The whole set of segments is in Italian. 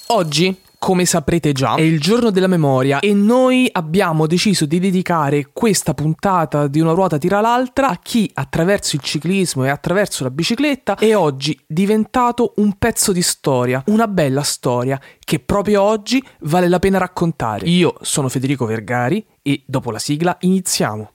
Oggi, come saprete già, è il giorno della memoria e noi abbiamo deciso di dedicare questa puntata di Una ruota tira l'altra a chi attraverso il ciclismo e attraverso la bicicletta è oggi diventato un pezzo di storia, una bella storia che proprio oggi vale la pena raccontare. Io sono Federico Vergari e dopo la sigla iniziamo.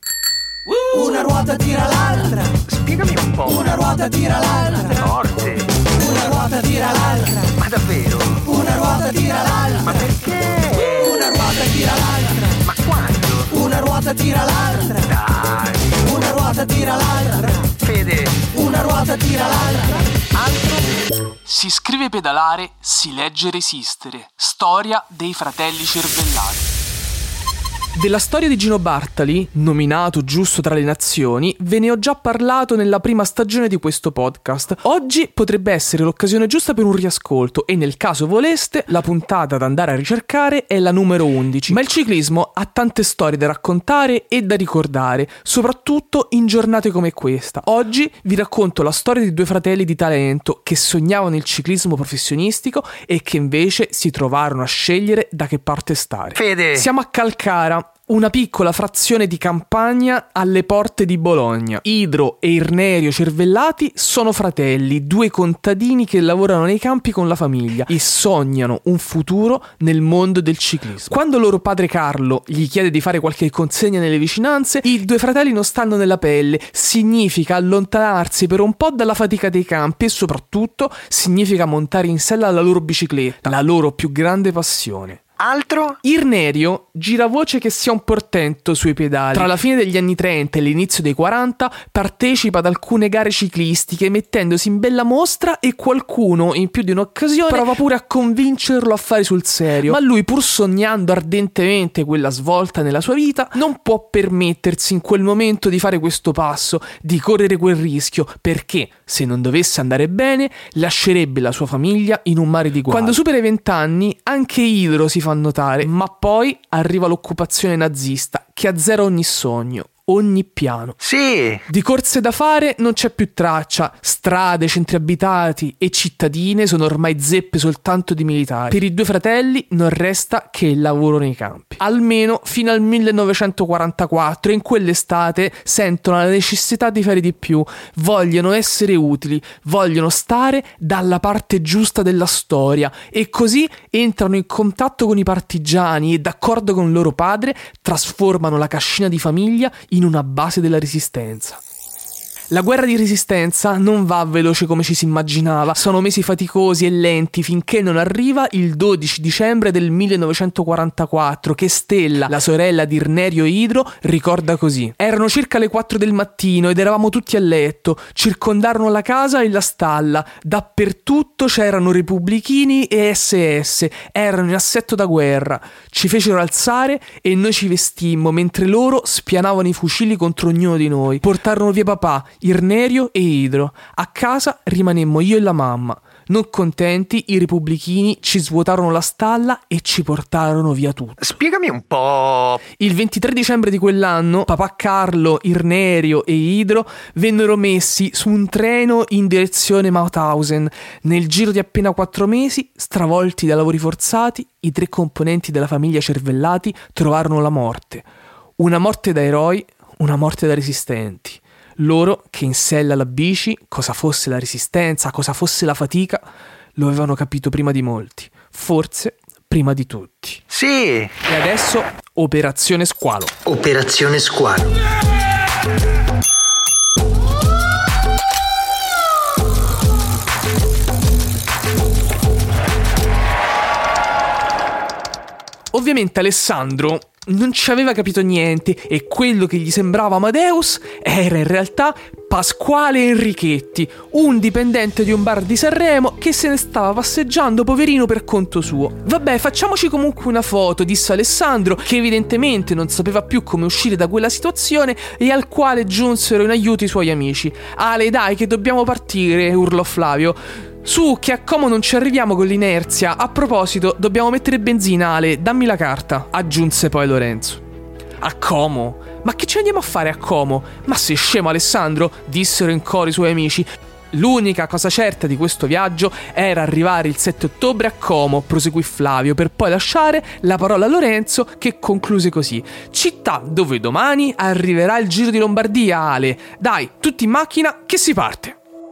Una ruota tira l'altra. Spiegami un po'. Una ruota tira l'altra. Forte. Una ruota tira l'altra. Ma davvero? Una ruota tira l'altra. Ma perché? Una ruota tira l'altra. Ma quando? Una ruota tira l'altra. Dai. Una ruota tira l'altra. Fede. Una ruota tira l'altra. Altro? Si scrive pedalare, si legge resistere. Storia dei fratelli Cervellati. Della storia di Gino Bartali, nominato giusto tra le nazioni, ve ne ho già parlato nella prima stagione di questo podcast. Oggi potrebbe essere l'occasione giusta per un riascolto e nel caso voleste, la puntata da andare a ricercare è la numero 11. Ma il ciclismo ha tante storie da raccontare e da ricordare, soprattutto in giornate come questa. Oggi vi racconto la storia di due fratelli di talento che sognavano il ciclismo professionistico e che invece si trovarono a scegliere da che parte stare. Fede. Siamo a Calcara, una piccola frazione di campagna alle porte di Bologna. Idro e Irnerio Cervellati sono fratelli, due contadini che lavorano nei campi con la famiglia e sognano un futuro nel mondo del ciclismo. Quando loro padre Carlo gli chiede di fare qualche consegna nelle vicinanze, i due fratelli non stanno nella pelle. Significa allontanarsi per un po' dalla fatica dei campi e soprattutto significa montare in sella la loro bicicletta, la loro più grande passione. Altro? Irnerio gira voce che sia un portento sui pedali. Tra la fine degli anni 30 e l'inizio dei 40 partecipa ad alcune gare ciclistiche mettendosi in bella mostra e qualcuno in più di un'occasione prova pure a convincerlo a fare sul serio. Ma lui, pur sognando ardentemente quella svolta nella sua vita, non può permettersi in quel momento di fare questo passo, di correre quel rischio, perché se non dovesse andare bene lascerebbe la sua famiglia in un mare di guai. Quando supera i 20 anni anche Idro si fa notare, ma poi arriva l'occupazione nazista che azzera ogni sogno, ogni piano. Sì. Di corse da fare non c'è più traccia, strade, centri abitati e cittadine sono ormai zeppe soltanto di militari. Per i due fratelli non resta che il lavoro nei campi. Almeno fino al 1944, in quell'estate sentono la necessità di fare di più, vogliono essere utili, vogliono stare dalla parte giusta della storia e così entrano in contatto con i partigiani e d'accordo con loro padre trasformano la cascina di famiglia in una base della resistenza. La guerra di resistenza non va veloce come ci si immaginava, sono mesi faticosi e lenti finché non arriva il 12 dicembre del 1944 che Stella, la sorella di Irnerio e Idro, ricorda così. Erano circa le 4 del mattino ed eravamo tutti a letto, circondarono la casa e la stalla, dappertutto c'erano repubblichini e SS, erano in assetto da guerra, ci fecero alzare e noi ci vestimmo mentre loro spianavano i fucili contro ognuno di noi, portarono via papà, Irnerio e Idro. A casa rimanemmo io e la mamma. Non contenti, i repubblichini ci svuotarono la stalla e ci portarono via tutto. Spiegami un po'. Il 23 dicembre di quell'anno, papà Carlo, Irnerio e Idro vennero messi su un treno in direzione Mauthausen. Nel giro di appena 4 mesi, stravolti da lavori forzati, i 3 componenti della famiglia Cervellati trovarono la morte. Una morte da eroi, una morte da resistenti. Loro che in sella alla bici, cosa fosse la resistenza, cosa fosse la fatica, lo avevano capito prima di molti, forse prima di tutti. Sì. E adesso Operazione Squalo. Operazione Squalo. Ovviamente Alessandro non ci aveva capito niente e quello che gli sembrava Amadeus era in realtà Pasquale Enrichetti, un dipendente di un bar di Sanremo che se ne stava passeggiando poverino per conto suo. Vabbè, facciamoci comunque una foto, disse Alessandro, che evidentemente non sapeva più come uscire da quella situazione e al quale giunsero in aiuto i suoi amici. Ale, dai che dobbiamo partire, urlò Flavio. Su, che a Como non ci arriviamo con l'inerzia. A proposito, dobbiamo mettere benzina, Ale, dammi la carta, aggiunse poi Lorenzo. A Como? Ma che ci andiamo a fare a Como? Ma sei scemo, Alessandro? Dissero in coro i suoi amici. L'unica cosa certa di questo viaggio era arrivare il 7 ottobre a Como, proseguì Flavio, per poi lasciare la parola a Lorenzo, che concluse così: città dove domani arriverà il Giro di Lombardia, Ale. Dai, tutti in macchina che si parte!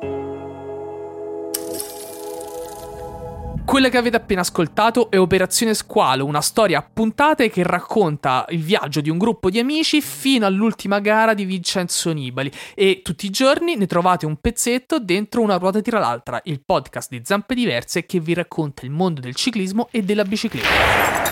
Quella che avete appena ascoltato è Operazione Squalo, una storia a puntate che racconta il viaggio di un gruppo di amici fino all'ultima gara di Vincenzo Nibali, e tutti i giorni ne trovate un pezzetto dentro Una ruota tira l'altra, il podcast di Zampe Diverse che vi racconta il mondo del ciclismo e della bicicletta.